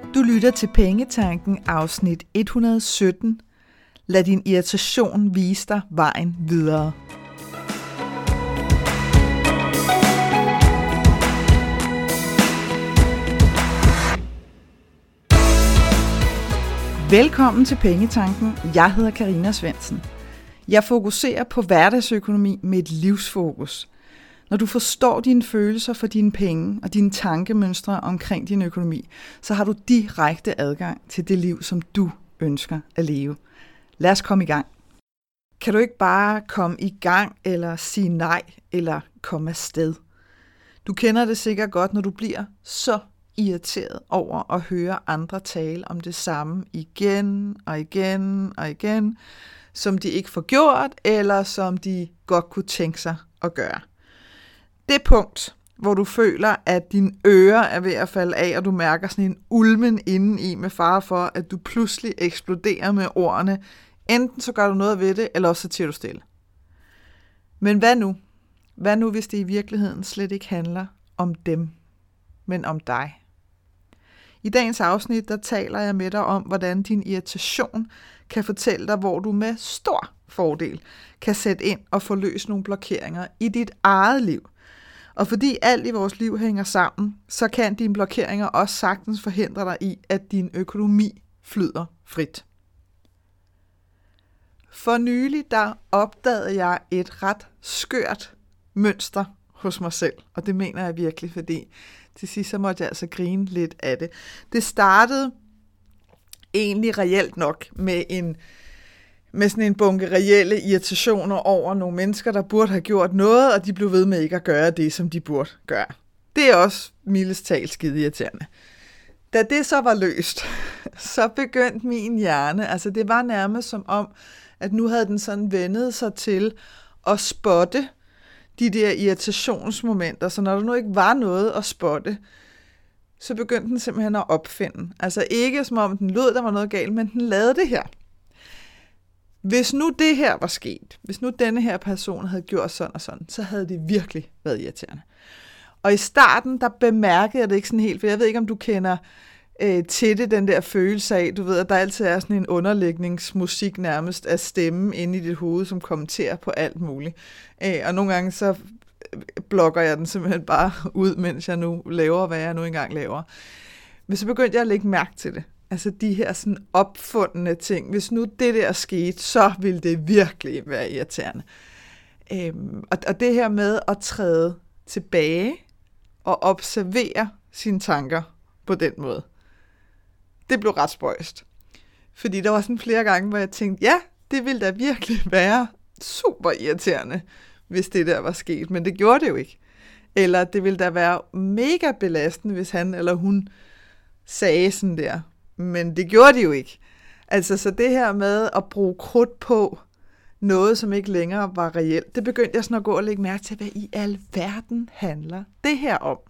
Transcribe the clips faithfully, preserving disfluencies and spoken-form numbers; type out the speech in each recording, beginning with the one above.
Du lytter til Pengetanken afsnit et hundrede og sytten. Lad din irritation vise dig vejen videre. Velkommen til Pengetanken. Jeg hedder Karina Svendsen. Jeg fokuserer på hverdagsøkonomi med et livsfokus. Når du forstår dine følelser for dine penge og dine tankemønstre omkring din økonomi, så har du direkte adgang til det liv, som du ønsker at leve. Lad os komme i gang. Kan du ikke bare komme i gang eller sige nej eller komme afsted? Du kender det sikkert godt, når du bliver så irriteret over at høre andre tale om det samme igen og igen og igen, som de ikke får gjort, eller som de godt kunne tænke sig at gøre. Det punkt, hvor du føler, at dine ører er ved at falde af, og du mærker sådan en ulmen indeni med fare for, at du pludselig eksploderer med ordene. Enten så gør du noget ved det, eller også så tiger du stille. Men hvad nu? Hvad nu, hvis det i virkeligheden slet ikke handler om dem, men om dig? I dagens afsnit, der taler jeg med dig om, hvordan din irritation kan fortælle dig, hvor du med stor fordel kan sætte ind og få løst nogle blokeringer i dit eget liv. Og fordi alt i vores liv hænger sammen, så kan dine blokeringer også sagtens forhindre dig i, at din økonomi flyder frit. For nylig, der opdagede jeg et ret skørt mønster hos mig selv, og det mener jeg virkelig, fordi til sidst så måtte jeg altså grine lidt af det. Det startede egentlig reelt nok med en med sådan en bunke reelle irritationer over nogle mennesker, der burde have gjort noget, og de blev ved med ikke at gøre det, som de burde gøre. Det er også mildest talt skide irriterende. Da det så var løst, så begyndte min hjerne, altså det var nærmest som om, at nu havde den sådan vendet sig til at spotte de der irritationsmomenter, så når der nu ikke var noget at spotte, så begyndte den simpelthen at opfinde. Altså ikke som om den lød, der var noget galt, men den lavede det her. Hvis nu det her var sket, hvis nu denne her person havde gjort sådan og sådan, så havde det virkelig været irriterende. Og i starten, der bemærkede jeg det ikke sådan helt, for jeg ved ikke, om du kender øh, til det, den der følelse af, du ved, at der altid er sådan en underlægningsmusik nærmest af stemmen inde i dit hoved, som kommenterer på alt muligt. Øh, og nogle gange så blokker jeg den simpelthen bare ud, mens jeg nu laver, hvad jeg nu engang laver. Men så begyndte jeg at lægge mærke til det. Altså de her sådan opfundne ting. Hvis nu det der skete, så ville det virkelig være irriterende. Øhm, og, og det her med at træde tilbage og observere sine tanker på den måde, det blev ret spøjst. Fordi der var sådan flere gange, hvor jeg tænkte, ja, det ville da virkelig være super irriterende, hvis det der var sket. Men det gjorde det jo ikke. Eller det ville da være mega belastende, hvis han eller hun sagde sådan der. Men det gjorde de jo ikke. Altså, så det her med at bruge krudt på noget, som ikke længere var reelt, det begyndte jeg sådan at gå og lægge mærke til, hvad i alverden handler det her om.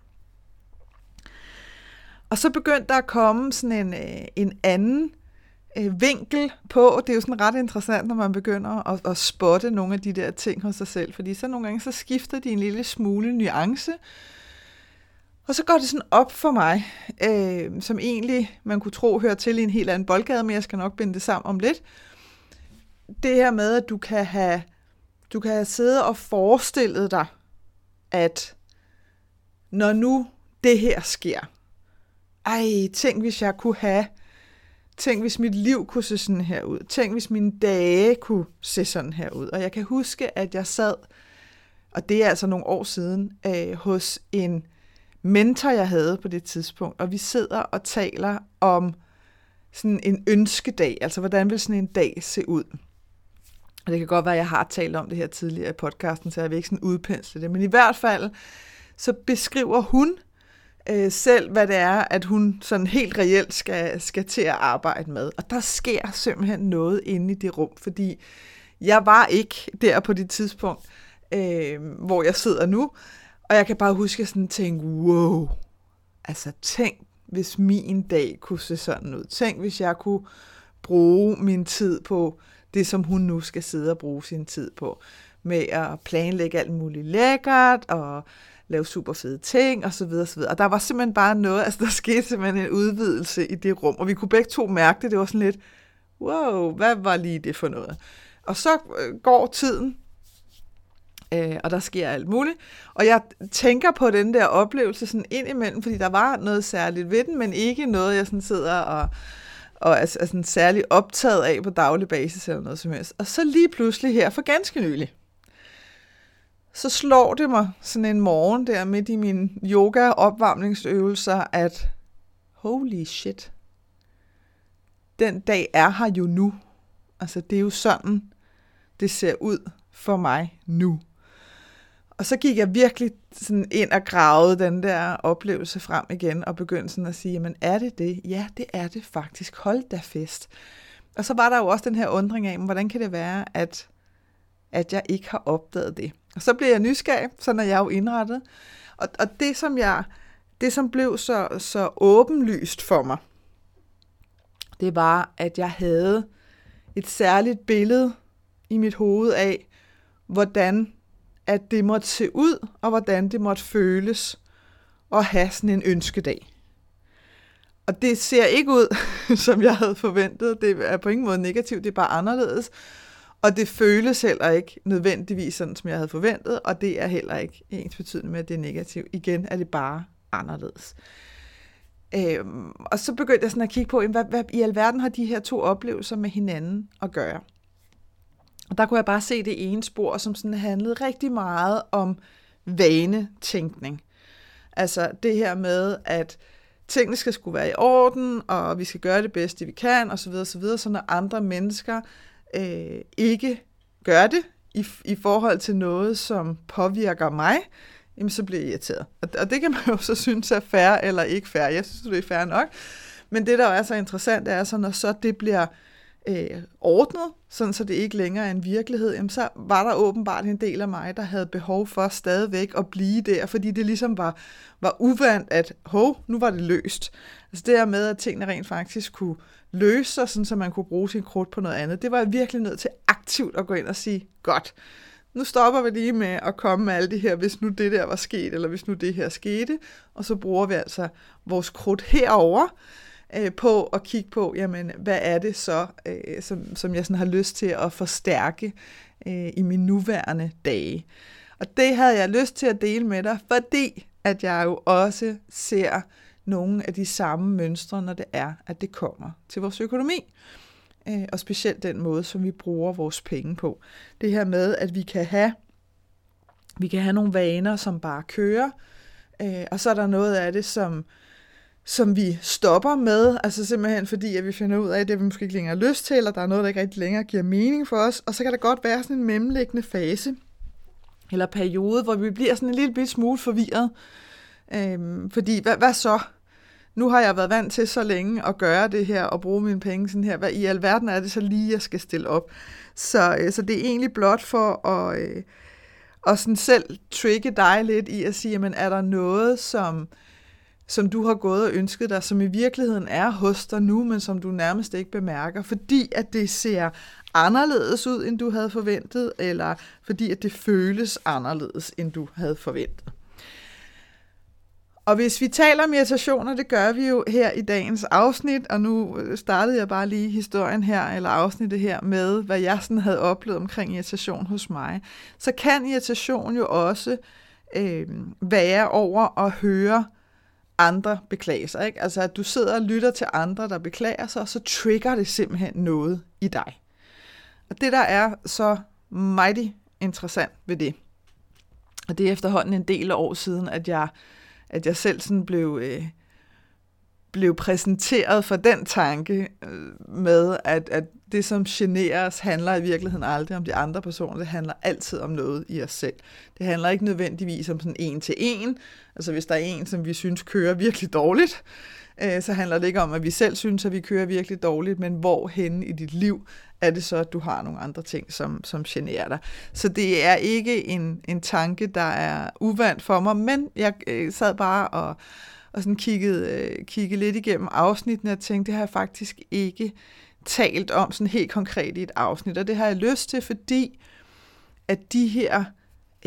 Og så begyndte der at komme sådan en, en anden øh, vinkel på. Det er jo sådan ret interessant, når man begynder at, at spotte nogle af de der ting hos sig selv, fordi så nogle gange så skifter de en lille smule nuance. Og så går det sådan op for mig, øh, som egentlig man kunne tro hører til i en helt anden boldgade, men jeg skal nok binde det sammen om lidt. Det her med, at du kan have, du kan have siddet og forestillet dig, at når nu det her sker, ej, tænk hvis jeg kunne have, tænk hvis mit liv kunne se sådan her ud, tænk hvis mine dage kunne se sådan her ud. Og jeg kan huske, at jeg sad, og det er altså nogle år siden, øh, hos en mentor, jeg havde på det tidspunkt, og vi sidder og taler om sådan en ønskedag, altså hvordan vil sådan en dag se ud. Og det kan godt være, at jeg har talt om det her tidligere i podcasten, så jeg vil ikke sådan udpensle det, men i hvert fald, så beskriver hun øh, selv, hvad det er, at hun sådan helt reelt skal, skal til at arbejde med. Og der sker simpelthen noget inde i det rum, fordi jeg var ikke der på det tidspunkt, øh, hvor jeg sidder nu, og jeg kan bare huske sådan at tænke, wow, altså tænk, hvis min dag kunne se sådan ud. Tænk, hvis jeg kunne bruge min tid på det, som hun nu skal sidde og bruge sin tid på. Med at planlægge alt muligt lækkert, og lave super fede ting, og så videre, og så videre. Og der var simpelthen bare noget, altså der skete simpelthen en udvidelse i det rum, og vi kunne begge to mærke det, det var sådan lidt, wow, hvad var lige det for noget? Og så øh, går tiden, øh, og der sker alt muligt, og jeg tænker på den der oplevelse sådan ind imellem, fordi der var noget særligt ved den, men ikke noget, jeg sådan sidder og, og er, er sådan særligt optaget af på daglig basis eller noget som helst. Og så lige pludselig her, for ganske nylig, så slår det mig sådan en morgen der midt i mine yoga-opvarmningsøvelser, at holy shit, den dag er her jo nu. Altså det er jo sådan, det ser ud for mig nu. Og så gik jeg virkelig sådan ind og gravede den der oplevelse frem igen, og begyndte sådan at sige, jamen er det det? Ja, det er det faktisk. Hold da fest. Og så var der jo også den her undring af, hvordan kan det være, at, at jeg ikke har opdaget det? Og så blev jeg nysgerrig, sådan er jeg jo indrettet. Og, og det, som jeg, det, som blev så, så åbenlyst for mig, det var, at jeg havde et særligt billede i mit hoved af, hvordan at det måtte se ud, og hvordan det måtte føles at have sådan en ønskedag. Og det ser ikke ud, som jeg havde forventet. Det er på ingen måde negativt, det er bare anderledes. Og det føles heller ikke nødvendigvis sådan, som jeg havde forventet, og det er heller ikke ensbetydende med, at det er negativt. Igen er det bare anderledes. Øhm, og så begyndte jeg sådan at kigge på, hvad, hvad i alverden har de her to oplevelser med hinanden at gøre? Og der kunne jeg bare se det ene spor, som sådan handlede rigtig meget om vanetænkning. Altså det her med, at tingene skal skulle være i orden, og vi skal gøre det bedste, vi kan, osv. osv. Så når andre mennesker øh, ikke gør det i, i forhold til noget, som påvirker mig, jamen så bliver jeg irriteret. Og, og det kan man jo så synes er fair eller ikke fair. Jeg synes, det er fair nok. Men det, der er så interessant, er så, når så det bliver øh, ordnet, sådan så det ikke længere er en virkelighed, jamen så var der åbenbart en del af mig, der havde behov for stadigvæk at blive der, fordi det ligesom var, var uvandt, at hov, nu var det løst. Altså det her med, at tingene rent faktisk kunne løse sig, sådan så man kunne bruge sin krudt på noget andet, det var jeg virkelig nødt til aktivt at gå ind og sige, godt, nu stopper vi lige med at komme med alt det her, hvis nu det der var sket, eller hvis nu det her skete, og så bruger vi altså vores krudt herover øh, på at kigge på, jamen, hvad er det så, øh, som, som jeg sådan har lyst til at forstærke øh, i mine nuværende dage. Og det havde jeg lyst til at dele med dig, fordi at jeg jo også ser nogle af de samme mønstre, når det er, at det kommer til vores økonomi. Og specielt den måde, som vi bruger vores penge på. Det her med, at vi kan have, vi kan have nogle vaner, som bare kører, øh, og så er der noget af det, som, som vi stopper med, altså simpelthen fordi, at vi finder ud af, at det vi måske ikke længere har lyst til, eller der er noget, der ikke rigtig længere giver mening for os, og så kan der godt være sådan en mellemliggende fase, eller periode, hvor vi bliver sådan en lille bit smule forvirret, øh, fordi hvad, hvad så? Nu har jeg været vant til så længe at gøre det her og bruge mine penge sådan her. Hvad i alverden er det så lige, jeg skal stille op? Så, øh, så det er egentlig blot for at, øh, at sådan selv trigge dig lidt i at sige, jamen er der noget, som, som du har gået og ønsket dig, som i virkeligheden er hos dig nu, men som du nærmest ikke bemærker, fordi at det ser anderledes ud, end du havde forventet, eller fordi at det føles anderledes, end du havde forventet. Og hvis vi taler om irritationer, det gør vi jo her i dagens afsnit, og nu startede jeg bare lige historien her, eller afsnittet her, med hvad jeg sådan havde oplevet omkring irritation hos mig, så kan irritation jo også øh, være over at høre andre beklage sig, ikke? Altså at du sidder og lytter til andre, der beklager sig, og så trigger det simpelthen noget i dig. Og det der er så mighty interessant ved det, og det er efterhånden en del år siden, at jeg at jeg selv sådan blev, øh, blev præsenteret for den tanke øh, med, at, at det, som generer os, handler i virkeligheden aldrig om de andre personer. Det handler altid om noget i os selv. Det handler ikke nødvendigvis om sådan en til en. Altså hvis der er en, som vi synes kører virkelig dårligt, øh, så handler det ikke om, at vi selv synes, at vi kører virkelig dårligt, men hvor henne i dit liv er det så, at du har nogle andre ting, som, som generer dig. Så det er ikke en, en tanke, der er uvandt for mig, men jeg øh, sad bare og, og sådan kiggede, øh, kiggede lidt igennem afsnittene og tænkte, det har jeg faktisk ikke talt om sådan helt konkret i et afsnit, og det har jeg lyst til, fordi at de her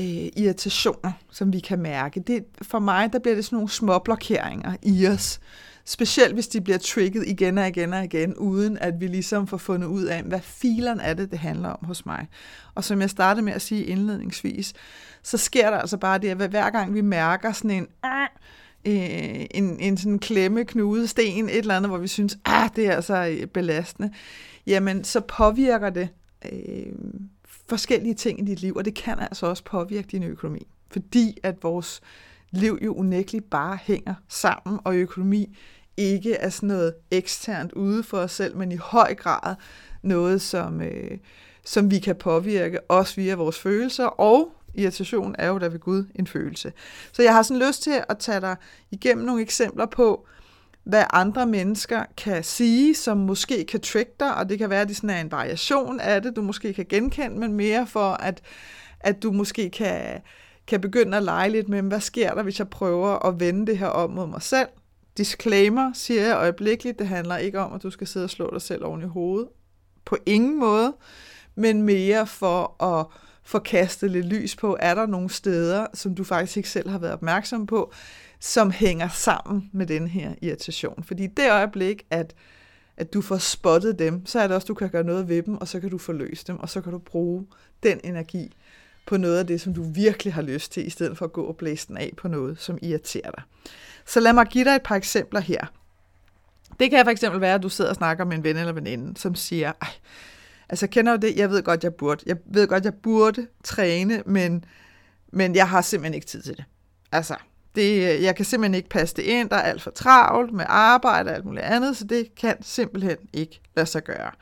øh, irritationer, som vi kan mærke. Det, for mig, der bliver det sådan nogle små blokeringer i os. Specielt hvis de bliver trigget igen og igen og igen, uden at vi ligesom får fundet ud af, hvad fileren er det, det handler om hos mig. Og som jeg startede med at sige indledningsvis, så sker der altså bare det, at hver gang vi mærker sådan en, øh, en, en sådan klemme, knude, sten, et eller andet, hvor vi synes, ah, det er altså belastende, jamen så påvirker det øh, forskellige ting i dit liv, og det kan altså også påvirke din økonomi. Fordi at vores liv jo unægteligt bare hænger sammen, og økonomi ikke er sådan noget eksternt ude for os selv, men i høj grad noget, som, øh, som vi kan påvirke, også via vores følelser, og irritation er jo da ved Gud en følelse. Så jeg har sådan lyst til at tage dig igennem nogle eksempler på, hvad andre mennesker kan sige, som måske kan trigge dig, og det kan være, at det sådan er en variation af det, du måske kan genkende, men mere for, at, at du måske kan, kan begynde at lege lidt med, hvad sker der, hvis jeg prøver at vende det her om mod mig selv. Disclaimer, siger jeg øjeblikkeligt, det handler ikke om, at du skal sidde og slå dig selv oven i hovedet. På ingen måde, men mere for at få kastet lidt lys på, er der nogle steder, som du faktisk ikke selv har været opmærksom på, som hænger sammen med den her irritation. Fordi i det øjeblik, at, at du får spottet dem, så er det også, du kan gøre noget ved dem, og så kan du forløse dem, og så kan du bruge den energi på noget af det, som du virkelig har lyst til, i stedet for at gå og blæse den af på noget, som irriterer dig. Så lad mig give dig et par eksempler her. Det kan for eksempel være, at du sidder og snakker med en ven eller veninde, som siger, ej, altså kender du det? Jeg ved godt, jeg burde. Jeg ved godt, jeg burde træne, men, men jeg har simpelthen ikke tid til det. Altså, det, jeg kan simpelthen ikke passe det ind, der er alt for travlt med arbejde og alt muligt andet, så det kan simpelthen ikke lade sig gøre.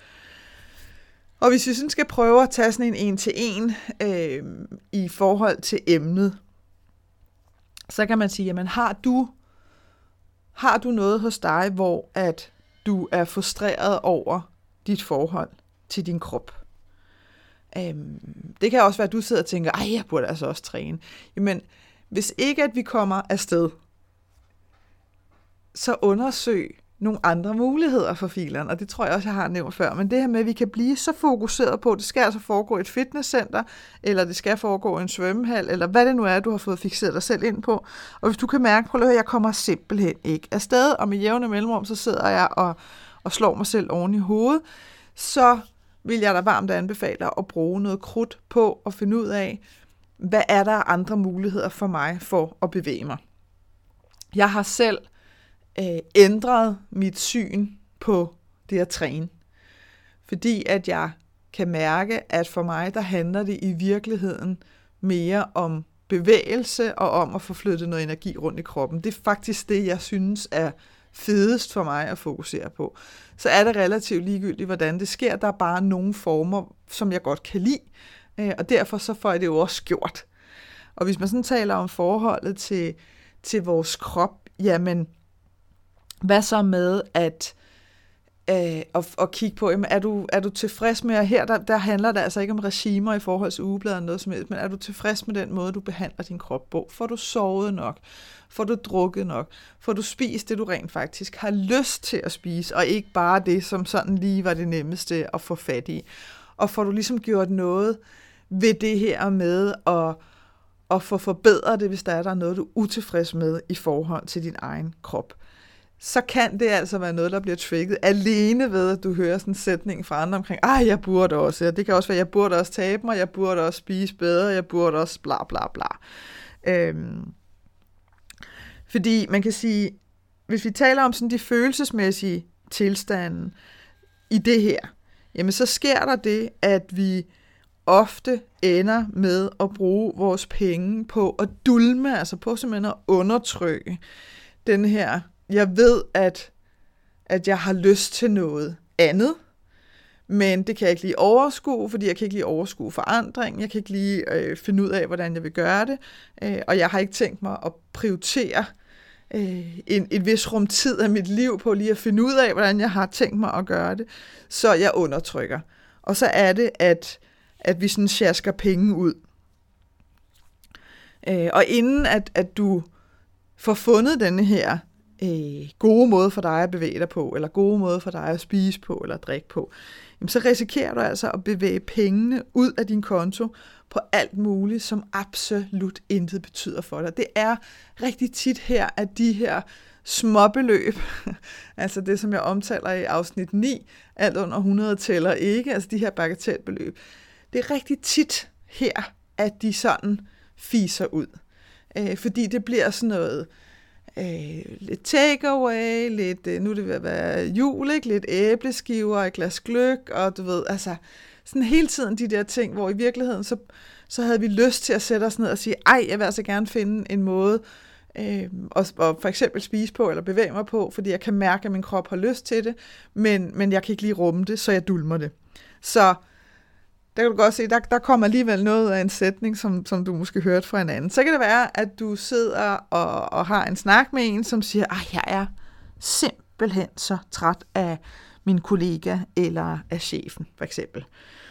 Og hvis vi sådan skal prøve at tage sådan en en-til-en øh, i forhold til emnet, så kan man sige, jamen har du, har du noget hos dig, hvor at du er frustreret over dit forhold til din krop? Øhm, det kan også være, at du sidder og tænker, ej, jeg burde altså også træne. Jamen, hvis ikke at vi kommer afsted, så undersøg nogle andre muligheder for fileren, og det tror jeg også, jeg har nævnt før, men det her med, at vi kan blive så fokuseret på, det skal altså foregå i et fitnesscenter, eller det skal foregå i en svømmehal, eller hvad det nu er, du har fået fikseret dig selv ind på, og hvis du kan mærke, prøv at høre, jeg kommer simpelthen ikke afsted, og med jævne mellemrum, så sidder jeg og, og slår mig selv oven i hovedet, så vil jeg da varmt anbefale at bruge noget krudt på at finde ud af, hvad er der andre muligheder for mig for at bevæge mig. Jeg har selv øh, ændret mit syn på det at træne, fordi at jeg kan mærke, at for mig, der handler det i virkeligheden mere om bevægelse og om at få flyttet noget energi rundt i kroppen. Det er faktisk det, jeg synes er fedest for mig at fokusere på. Så er det relativt ligegyldigt, hvordan det sker. Der er bare nogle former, som jeg godt kan lide, og derfor så får jeg det jo også gjort. Og hvis man sådan taler om forholdet til, til vores krop, jamen, hvad så med at, øh, at, at kigge på, jamen, er, du, er du tilfreds med, at her der, der handler det altså ikke om regimer i forhold til ugebladet eller noget som helst, men er du tilfreds med den måde, du behandler din krop på? Får du sovet nok? Får du drukket nok? Får du spist det, du rent faktisk har lyst til at spise, og ikke bare det, som sådan lige var det nemmeste at få fat i? Og får du ligesom gjort noget ved det her med at, at få forbedret det, hvis der er der noget, du er utilfreds med i forhold til din egen krop? Så kan det altså være noget, der bliver trigget alene ved, at du hører sådan en sætning fra andre omkring, ej, jeg burde også, ja, det kan også være, jeg burde også tabe mig, jeg burde også spise bedre, jeg burde også bla bla bla. Øhm, fordi man kan sige, hvis vi taler om sådan de følelsesmæssige tilstande i det her, jamen så sker der det, at vi ofte ender med at bruge vores penge på at dulme, altså på simpelthen at undertrykke den her, jeg ved, at, at jeg har lyst til noget andet, men det kan jeg ikke lige overskue, fordi jeg kan ikke lige overskue forandring, jeg kan ikke lige øh, finde ud af, hvordan jeg vil gøre det, øh, og jeg har ikke tænkt mig at prioritere øh, en, et vis rum tid af mit liv på lige at finde ud af, hvordan jeg har tænkt mig at gøre det, så jeg undertrykker. Og så er det, at, at vi sådan sjasker penge ud. Øh, og inden at, at du får fundet denne her øh, gode måde for dig at bevæge dig på, eller gode måde for dig at spise på, eller drikke på, jamen så risikerer du altså at bevæge pengene ud af din konto på alt muligt, som absolut intet betyder for dig. Det er rigtig tit her, at de her småbeløb, altså det, som jeg omtaler i afsnit ni, alt under hundrede tæller ikke, altså de her bagatelbeløb, det er rigtig tit her, at de sådan fiser ud. Øh, fordi det bliver sådan noget øh, lidt takeaway, lidt, øh, nu er det ved at være jul, ikke? Lidt æbleskiver, et glas gløgg, og du ved, altså sådan hele tiden de der ting, hvor i virkeligheden, så, så havde vi lyst til at sætte os ned og sige, ej, jeg vil altså gerne finde en måde, øh, og, og for eksempel spise på, eller bevæge mig på, fordi jeg kan mærke, at min krop har lyst til det, men, men jeg kan ikke lige rumme det, så jeg dulmer det. Så der kan du godt se, der, der kommer alligevel noget af en sætning, som, som du måske hørte fra en anden. Så kan det være, at du sidder og, og har en snak med en, som siger, ej, jeg er simpelthen så træt af min kollega eller af chefen, for eksempel.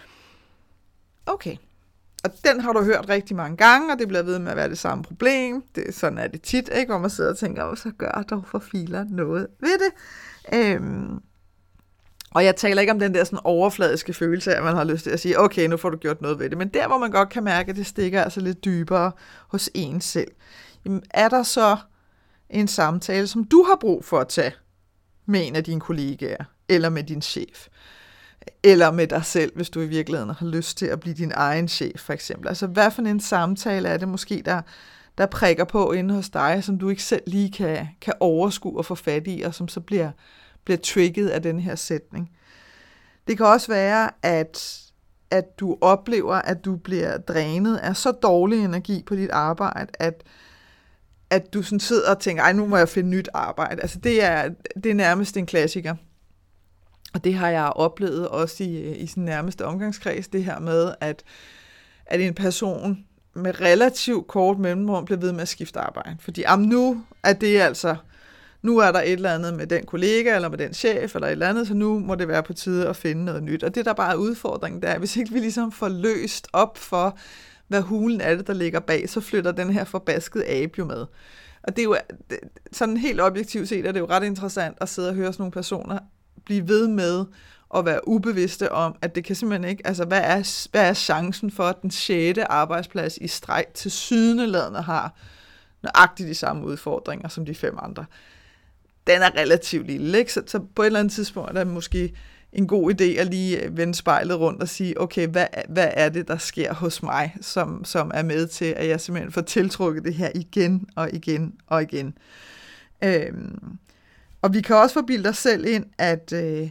Okay. Og den har du hørt rigtig mange gange, og det bliver ved med at være det samme problem. Det, sådan er det tit, ikke? Hvor man sidder og tænker, så gør dog for filer noget ved det. Øhm, og jeg taler ikke om den der sådan overfladiske følelse af, at man har lyst til at sige, okay, nu får du gjort noget ved det. Men der, hvor man godt kan mærke, at det stikker altså lidt dybere hos en selv. Jamen, er der så en samtale, som du har brug for at tage med en af dine kollegaer, eller med din chef? Eller med dig selv, hvis du i virkeligheden har lyst til at blive din egen chef, for eksempel. Altså, hvad for en samtale er det måske, der, der prikker på inde hos dig, som du ikke selv lige kan, kan overskue og få fat i, og som så bliver, bliver trigget af den her sætning. Det kan også være, at, at du oplever, at du bliver drænet af så dårlig energi på dit arbejde, at, at du sådan sidder og tænker, ej, nu må jeg finde nyt arbejde. Altså, det er, det er nærmest en klassiker. Og det har jeg oplevet også i, i sin nærmeste omgangskreds, det her med, at, at en person med relativt kort mellemrum bliver ved med at skifte arbejde. Fordi am, nu er det altså, nu er der et eller andet med den kollega, eller med den chef, eller et eller andet, så nu må det være på tide at finde noget nyt. Og det, der bare er udfordringen, der er, hvis ikke vi ligesom får løst op for, hvad hulen er det, der ligger bag, så flytter den her forbaskede abe jo med. Og det er jo, sådan helt objektivt set, er det jo ret interessant at sidde og høre sådan nogle personer blive ved med at være ubevidste om, at det kan simpelthen ikke, altså hvad er, hvad er chancen for, at den sjette arbejdsplads i streg til sydenladende har nøjagtigt de samme udfordringer som de fem andre. Den er relativt lille, ikke? Så, så på et eller andet tidspunkt er det måske en god idé at lige vende spejlet rundt og sige, okay, hvad, hvad er det, der sker hos mig, som, som er med til, at jeg simpelthen får tiltrukket det her igen og igen og igen. Øhm, Og vi kan også forbilde os selv ind, at, øh,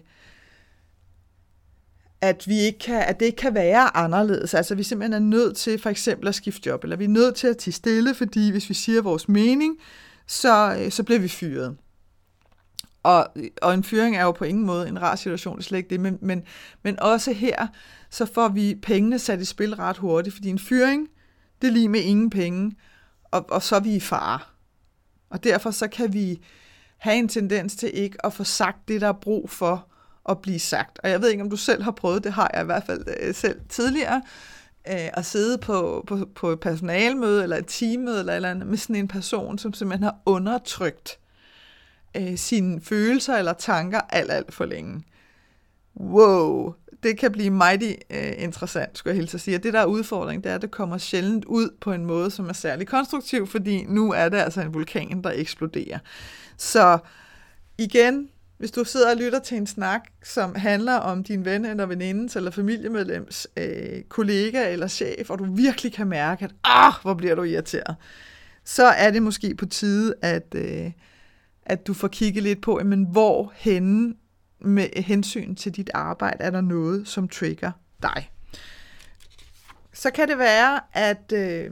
at, vi ikke kan, at det ikke kan være anderledes. Altså vi simpelthen er nødt til for eksempel at skifte job, eller vi er nødt til at tie stille, fordi hvis vi siger vores mening, så, øh, så bliver vi fyret. Og, og en fyring er jo på ingen måde en rar situation, det er slet ikke det, men, men, men også her, så får vi pengene sat i spil ret hurtigt, fordi en fyring, det er lige med ingen penge, og, og så er vi i fare. Og derfor så kan vi have en tendens til ikke at få sagt det, der er brug for at blive sagt. Og jeg ved ikke, om du selv har prøvet, det har jeg i hvert fald øh, selv tidligere, øh, at sidde på, på, på et personalmøde, eller et teammøde, eller, eller andet, med sådan en person, som simpelthen har undertrykt øh, sine følelser eller tanker alt, alt for længe. Wow, det kan blive mighty øh, interessant, skulle jeg hilse at sige. Og det, der er udfordring, det er, at det kommer sjældent ud på en måde, som er særlig konstruktiv, fordi nu er det altså en vulkan, der eksploderer. Så igen, hvis du sidder og lytter til en snak, som handler om din ven eller venindes eller familiemedlems øh, kollega eller chef, og du virkelig kan mærke, at ah, hvor bliver du irriteret, så er det måske på tide, at, øh, at du får kigget lidt på, men hvor henne med hensyn til dit arbejde er der noget, som trigger dig. Så kan det være, at... Øh,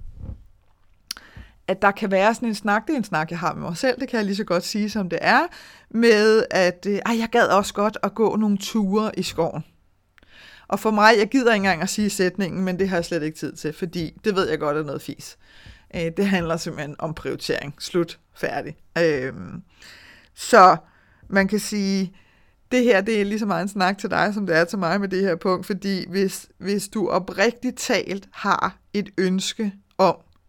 at der kan være sådan en snak, det er en snak, jeg har med mig selv, det kan jeg lige så godt sige, som det er, med at, øh, jeg gad også godt at gå nogle ture i skoven. Og for mig, jeg gider ikke engang at sige sætningen, men det har jeg slet ikke tid til, fordi det ved jeg godt er noget fis. Øh, det handler simpelthen om prioritering. Slut. Færdig. Øh, så man kan sige, det her, det er lige så meget en snak til dig, som det er til mig med det her punkt, fordi hvis, hvis du oprigtigt talt har et ønske om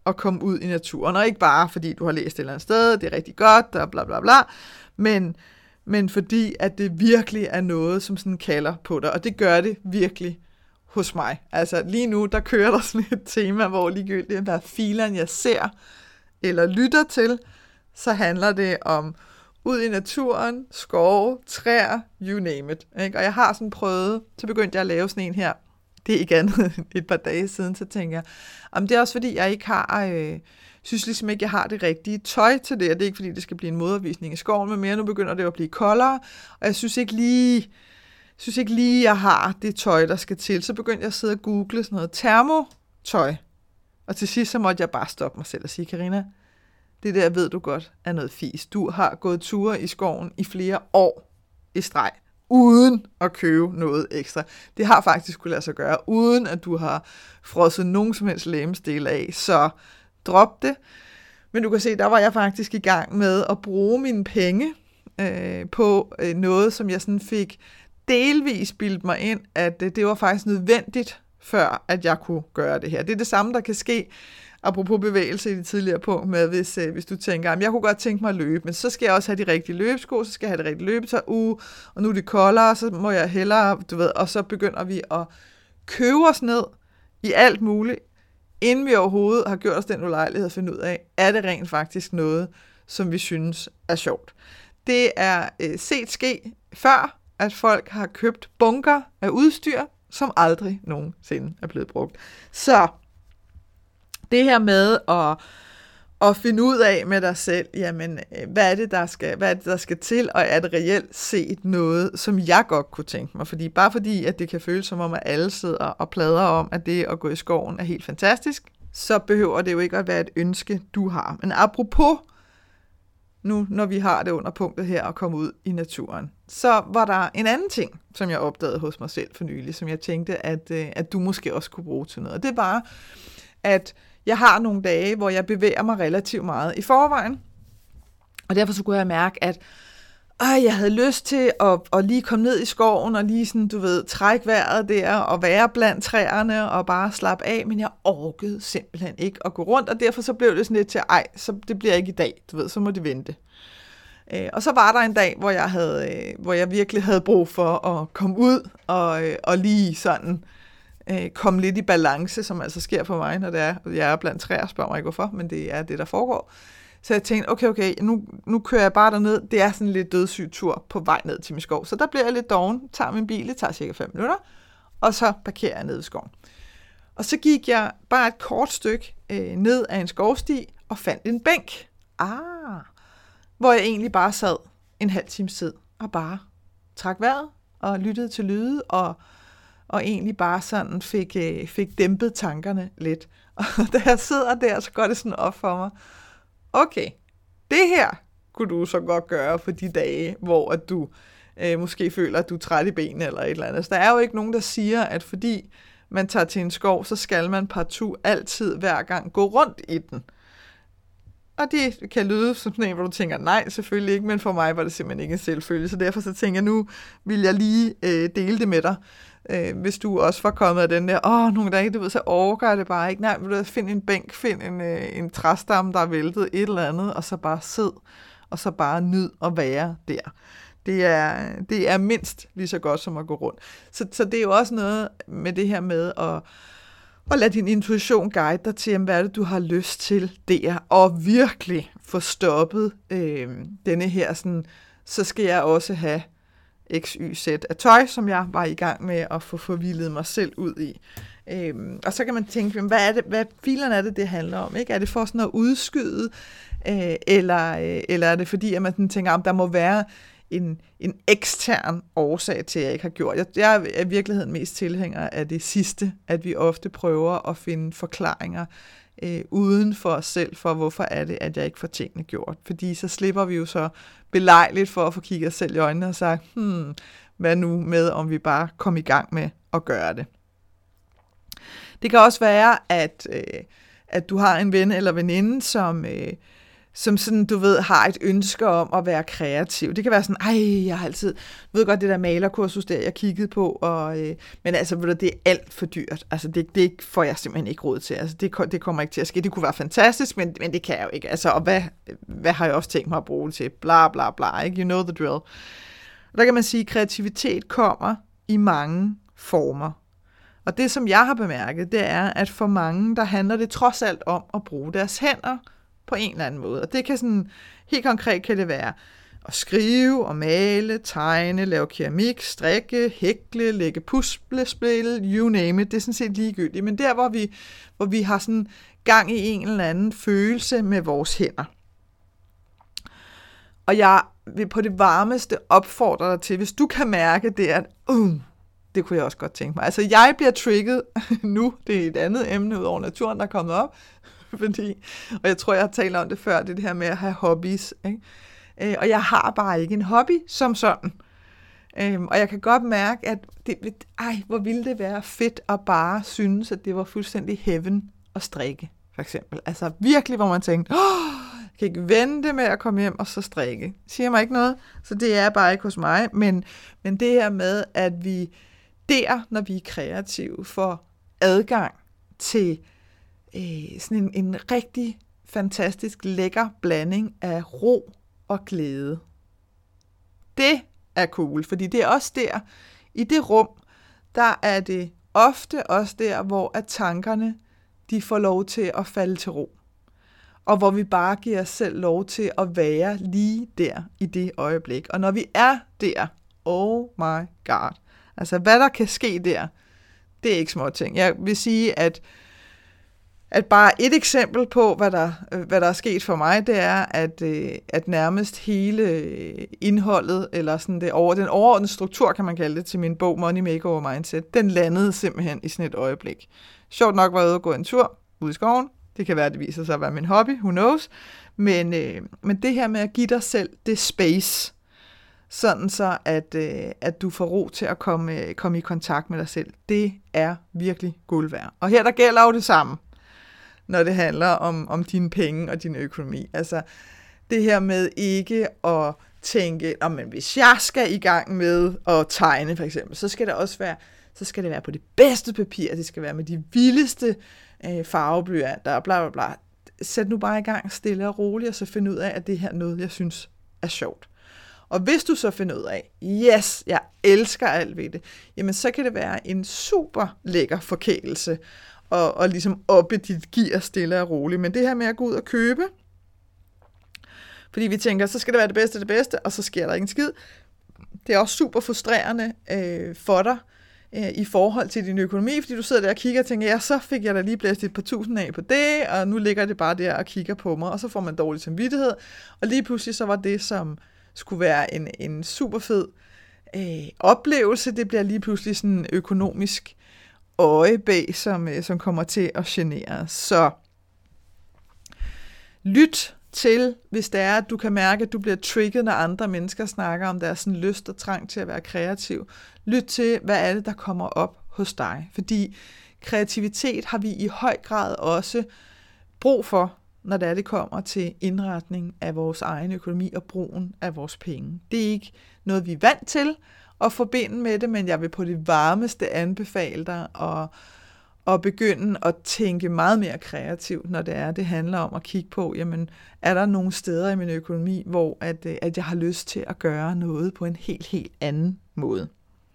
at komme ud i naturen. Og ikke bare fordi du har læst et eller andet sted, det er rigtig godt, og bla bla bla, men, men fordi at det virkelig er noget, som sådan kalder på dig. Og det gør det virkelig hos mig. Altså lige nu, der kører der sådan et tema, hvor ligegyldigt hvad filen jeg ser eller lytter til, så handler det om ud i naturen, skove, træer, you name it. Ikke? Og jeg har sådan prøvet, så begyndte jeg at lave sådan en her, det er ikke andet et par dage siden, så tænker jeg, om det er også fordi, jeg ikke har, øh, synes ligesom ikke, jeg har det rigtige tøj til det, og det er ikke fordi, det skal blive en modervisning i skoven, men mere nu begynder det at blive koldere, og jeg synes ikke lige, synes ikke lige, jeg har det tøj, der skal til. Så begyndte jeg at sidde og google sådan noget termotøj, og til sidst så måtte jeg bare stoppe mig selv og sige, Karina, det der ved du godt er noget fis. Du har gået ture i skoven i flere år i streg, uden at købe noget ekstra. Det har faktisk kunne lade sig gøre, uden at du har frosset nogen som helst legemsdel af. Så drop det. Men du kan se, der var jeg faktisk i gang med at bruge mine penge øh, på øh, noget, som jeg sådan fik delvis bildt mig ind, at øh, det var faktisk nødvendigt, før at jeg kunne gøre det her. Det er det samme, der kan ske, apropos bevægelse i det tidligere punkt med, hvis, øh, hvis du tænker, at jeg kunne godt tænke mig at løbe, men så skal jeg også have de rigtige løbesko, så skal jeg have det rigtige løbetøj, uh, og nu er det koldere, så må jeg hellere, du ved, og så begynder vi at købe os ned i alt muligt, inden vi overhovedet har gjort os den ulejlighed at finde ud af, er det rent faktisk noget, som vi synes er sjovt. Det er øh, set ske før, at folk har købt bunker af udstyr, som aldrig nogensinde er blevet brugt. Så det her med at, at finde ud af med dig selv, jamen, hvad er det, der skal, hvad er det, der skal til, og er det reelt set noget, som jeg godt kunne tænke mig? Fordi bare fordi, at det kan føles som om, at alle sidder og plader om, at det at gå i skoven er helt fantastisk, så behøver det jo ikke at være et ønske, du har. Men apropos, nu når vi har det under punktet her at komme ud i naturen, så var der en anden ting, som jeg opdagede hos mig selv for nylig, som jeg tænkte, at, at du måske også kunne bruge til noget. Og det var, at jeg har nogle dage, hvor jeg bevæger mig relativt meget i forvejen, og derfor så kunne jeg mærke, at øh, jeg havde lyst til at, at lige komme ned i skoven og lige sådan, du ved, trække vejret der og være blandt træerne og bare slappe af, men jeg orkede simpelthen ikke at gå rundt, og derfor så blev det sådan lidt til, ej, så det bliver ikke i dag, du ved, så må det vente. Øh, og så var der en dag, hvor jeg, havde, øh, hvor jeg virkelig havde brug for at komme ud og, øh, og lige sådan øh, komme lidt i balance, som altså sker for mig, når det er, jeg er blandt træer, spørger mig ikke hvorfor, men det er det, der foregår. Så jeg tænkte, okay, okay, nu, nu kører jeg bare derned. Det er sådan en lidt dødssyg tur på vej ned til min skov. Så der bliver jeg lidt doven, tager min bil, det tager cirka fem minutter, og så parkerer jeg ned i skoven. Og så gik jeg bare et kort stykke øh, ned af en skovsti og fandt en bænk. Ah, hvor jeg egentlig bare sad en halv time tid og bare trak vejret og lyttede til lyde og, og egentlig bare sådan fik, øh, fik dæmpet tankerne lidt. Og da jeg sidder der, så går det sådan op for mig. Okay, det her kunne du så godt gøre for de dage, hvor at du øh, måske føler, at du er træt i benene eller et eller andet. Så der er jo ikke nogen, der siger, at fordi man tager til en skov, så skal man partout altid hver gang gå rundt i den. Og det kan lyde som sådan en, hvor du tænker, nej, selvfølgelig ikke, men for mig var det simpelthen ikke en selvfølge. Så derfor så tænker jeg, nu vil jeg lige øh, dele det med dig. Øh, hvis du også var kommet af den der, åh, nogle dage, du ved, så overgår det bare ikke. Nej, vil du finde en bænk, find en, øh, en træstamme, der er væltet, et eller andet, og så bare sid, og så bare nyd at være der. Det er, det er mindst lige så godt som at gå rundt. Så, så det er jo også noget med det her med at, at lade din intuition guide dig til, hvad er det, du har lyst til der, og virkelig få stoppet øh, denne her, sådan, så skal jeg også have X Y Z af tøj, som jeg var i gang med at få forvildet mig selv ud i. Øhm, og så kan man tænke, hvad er det, hvad filerne er det, det handler om? Ikke? Er det for sådan at udskyde, øh, eller, øh, eller er det fordi, at man sådan tænker, om der må være en, en ekstern årsag til, at jeg ikke har gjort? Jeg, jeg er i virkeligheden mest tilhænger af det sidste, at vi ofte prøver at finde forklaringer øh, uden for os selv, for hvorfor er det, at jeg ikke får tingene gjort. Fordi så slipper vi jo så belejligt for at få kigget os selv i øjnene og sagt, hmm, hvad nu med, om vi bare kommer i gang med at gøre det. Det kan også være, at, øh, at du har en ven eller veninde, som, øh, som sådan, du ved, har et ønske om at være kreativ. Det kan være sådan, ej, jeg har altid, du ved godt, det der malerkursus der, jeg kiggede på, og, øh, men altså, ved du, det er alt for dyrt. Altså, det, det får jeg simpelthen ikke råd til. Altså, det, det kommer ikke til at ske. Det kunne være fantastisk, men, men det kan jeg jo ikke. Altså, og hvad, hvad har jeg også tænkt mig at bruge det til? Bla, bla, bla, ikke? You know the drill. Og der kan man sige, at kreativitet kommer i mange former. Og det, som jeg har bemærket, det er, at for mange, der handler det trods alt om at bruge deres hænder på en eller anden måde. Og det kan sådan, helt konkret kan det være at skrive og male, tegne, lave keramik, strikke, hækle, lægge puslespil, you name it. Det er sådan set ligegyldigt. Men der, hvor vi, hvor vi har sådan gang i en eller anden følelse med vores hænder. Og jeg vil på det varmeste opfordre dig til, hvis du kan mærke det, at uh, det kunne jeg også godt tænke mig. Altså, jeg bliver trigget nu, det er et andet emne ud over naturen, der er kommet op, fordi, og jeg tror, jeg har talt om det før, det, det her med at have hobbies, ikke? Øh, og jeg har bare ikke en hobby som sådan. Øh, og jeg kan godt mærke, at det, ej, hvor ville det være fedt at bare synes, at det var fuldstændig heaven at strikke, for eksempel. Altså virkelig, hvor man tænkte, åh, jeg kan ikke vente med at komme hjem og så strikke. Siger mig ikke noget, så det er bare ikke hos mig. Men, men det her med, at vi der, når vi er kreative, får adgang til øh, sådan en, en rigtig fantastisk lækker blanding af ro og glæde. Det er cool, fordi det er også der, i det rum, der er det ofte også der, hvor at tankerne, de får lov til at falde til ro. Og hvor vi bare giver os selv lov til at være lige der i det øjeblik. Og når vi er der, oh my god, altså hvad der kan ske der, det er ikke små ting. Jeg vil sige, at At bare et eksempel på, hvad der, hvad der er sket for mig, det er, at, at nærmest hele indholdet, eller sådan det over, den overordnede struktur, kan man kalde det, til min bog Money Makeover Mindset, den landede simpelthen i sådan et øjeblik. Sjovt nok var jeg ude og gå en tur ude i skoven. Det kan være, at det viser sig at være min hobby, who knows. Men, øh, men det her med at give dig selv det space, sådan så at, øh, at du får ro til at komme, komme i kontakt med dig selv, det er virkelig guld værd. Og her der gælder jo det samme, når det handler om, om dine penge og din økonomi. Altså det her med ikke at tænke, oh, men hvis jeg skal i gang med at tegne for eksempel, så skal det også være, så skal det være på det bedste papir, det skal være med de vildeste øh, farveblyanter og bla bla bla. Sæt nu bare i gang stille og roligt, og så find ud af, at det her er noget, jeg synes er sjovt. Og hvis du så finder ud af, yes, jeg elsker alt ved det, jamen så kan det være en super lækker forkælelse, og, og ligesom oppe dit gear stille og roligt. Men det her med at gå ud og købe, fordi vi tænker, så skal det være det bedste det bedste, og så sker der ikke en skid. Det er også super frustrerende øh, for dig øh, i forhold til din økonomi, fordi du sidder der og kigger og tænker, ja, så fik jeg da lige blæst et par tusind af på det, og nu ligger det bare der og kigger på mig, og så får man dårlig samvittighed. Og lige pludselig så var det, som skulle være en, en super fed øh, oplevelse, det bliver lige pludselig sådan en økonomisk øjebæg, som, som kommer til at genere. Så lyt til, hvis det er, at du kan mærke, at du bliver trigget, når andre mennesker snakker om deres sådan lyst og trang til at være kreativ. Lyt til, hvad er det, der kommer op hos dig. Fordi kreativitet har vi i høj grad også brug for, når det, er, det kommer til indretning af vores egen økonomi og brugen af vores penge. Det er ikke noget, vi er vant til at forbinde med det, men jeg vil på det varmeste anbefale dig at, at begynde at tænke meget mere kreativt, når det er, det handler om at kigge på, jamen, er der nogle steder i min økonomi, hvor at, at jeg har lyst til at gøre noget på en helt, helt anden måde.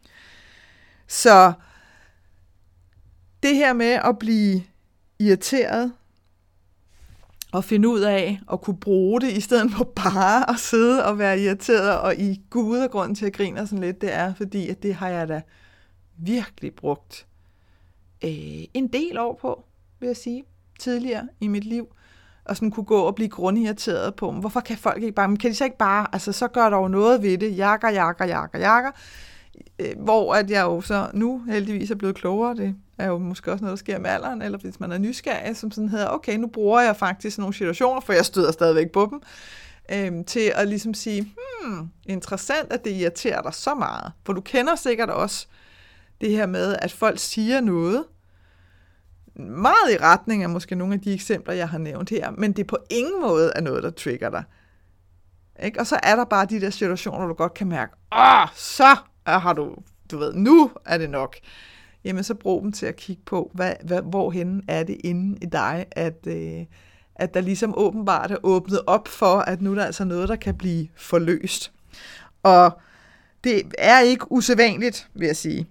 Så det her med at blive irriteret, og finde ud af at kunne bruge det, i stedet for bare at sidde og være irriteret, og i gud og grund til at grine sådan lidt, det er fordi, at det har jeg da virkelig brugt øh, en del år på, vil jeg sige, tidligere i mit liv, og sådan kunne gå og blive grundirriteret på, hvorfor kan folk ikke bare, men kan de så ikke bare, altså så gør der jo noget ved det, jakker, jakker, jakker, jakker, øh, hvor at jeg jo så nu heldigvis er blevet klogere, det er jo måske også noget, der sker med alderen, eller hvis man er nysgerrig, som sådan hedder, okay, nu bruger jeg faktisk nogle situationer, for jeg støder stadigvæk på dem, øhm, til at ligesom sige, hmm, interessant, at det irriterer dig så meget. For du kender sikkert også det her med, at folk siger noget, meget i retning af måske nogle af de eksempler, jeg har nævnt her, men det på ingen måde er noget, der trigger dig. Ikke? Og så er der bare de der situationer, hvor du godt kan mærke, åh, så har du, du ved, nu er det nok. Jamen, så brug dem til at kigge på, hvad, hvad, hvorhen er det inde i dig, at, øh, at der ligesom åbenbart er åbnet op for, at nu er der altså noget, der kan blive forløst. Og det er ikke usædvanligt, vil jeg sige,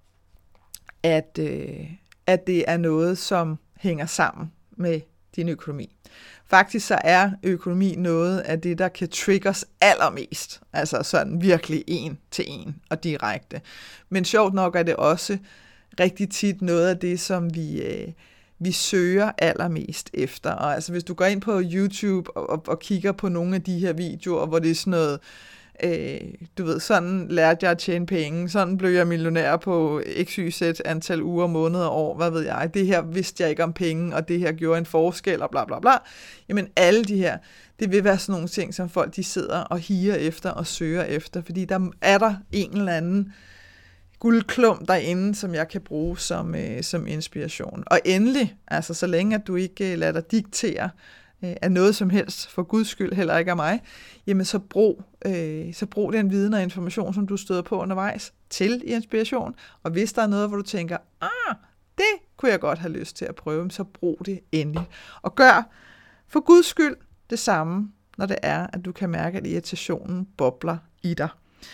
at, øh, at det er noget, som hænger sammen med din økonomi. Faktisk så er økonomi noget af det, der kan triggers allermest. Altså sådan virkelig en til en og direkte. Men sjovt nok er det også rigtig tit noget af det, som vi, øh, vi søger allermest efter. Og altså hvis du går ind på YouTube og, og, og kigger på nogle af de her videoer, hvor det er sådan noget, øh, du ved, sådan lærte jeg at tjene penge, sådan blev jeg millionær på x y z antal uger, måneder, år, hvad ved jeg, det her vidste jeg ikke om penge, og det her gjorde en forskel, og bla bla bla. Jamen alle de her, det vil være sådan nogle ting, som folk de sidder og higer efter og søger efter, fordi der er der en eller anden guldklump derinde, som jeg kan bruge som, øh, som inspiration. Og endelig, altså så længe at du ikke øh, lader dig diktere øh, af noget som helst, for Guds skyld heller ikke af mig, jamen så brug, øh, så brug den viden og information, som du støder på undervejs, til inspiration. Og hvis der er noget, hvor du tænker, ah, det kunne jeg godt have lyst til at prøve, så brug det endelig. Og gør for Guds skyld det samme, når det er, at du kan mærke, at irritationen bobler i dig.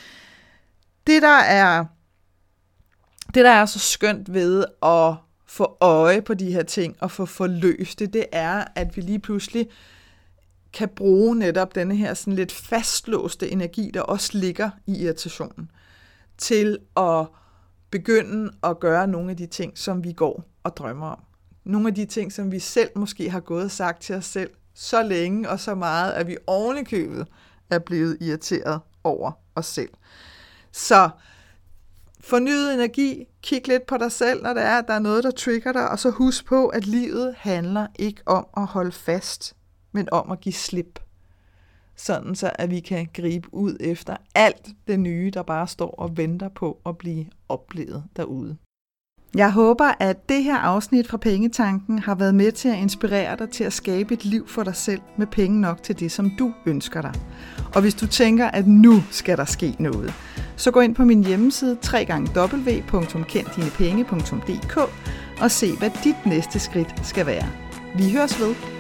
Det, der er Det, der er så skønt ved at få øje på de her ting og få forløst det, det er, at vi lige pludselig kan bruge netop denne her sådan lidt fastlåste energi, der også ligger i irritationen, til at begynde at gøre nogle af de ting, som vi går og drømmer om. Nogle af de ting, som vi selv måske har gået og sagt til os selv så længe og så meget, at vi ovenikøbet er blevet irriteret over os selv. Så fornyet energi, kig lidt på dig selv, når det er, at der er noget, der trigger dig, og så husk på, at livet handler ikke om at holde fast, men om at give slip. Sådan så, at vi kan gribe ud efter alt det nye, der bare står og venter på at blive oplevet derude. Jeg håber, at det her afsnit fra Pengetanken har været med til at inspirere dig til at skabe et liv for dig selv med penge nok til det, som du ønsker dig. Og hvis du tænker, at nu skal der ske noget, så gå ind på min hjemmeside w w w punktum kend dine penge punktum d k og se, hvad dit næste skridt skal være. Vi høres ved.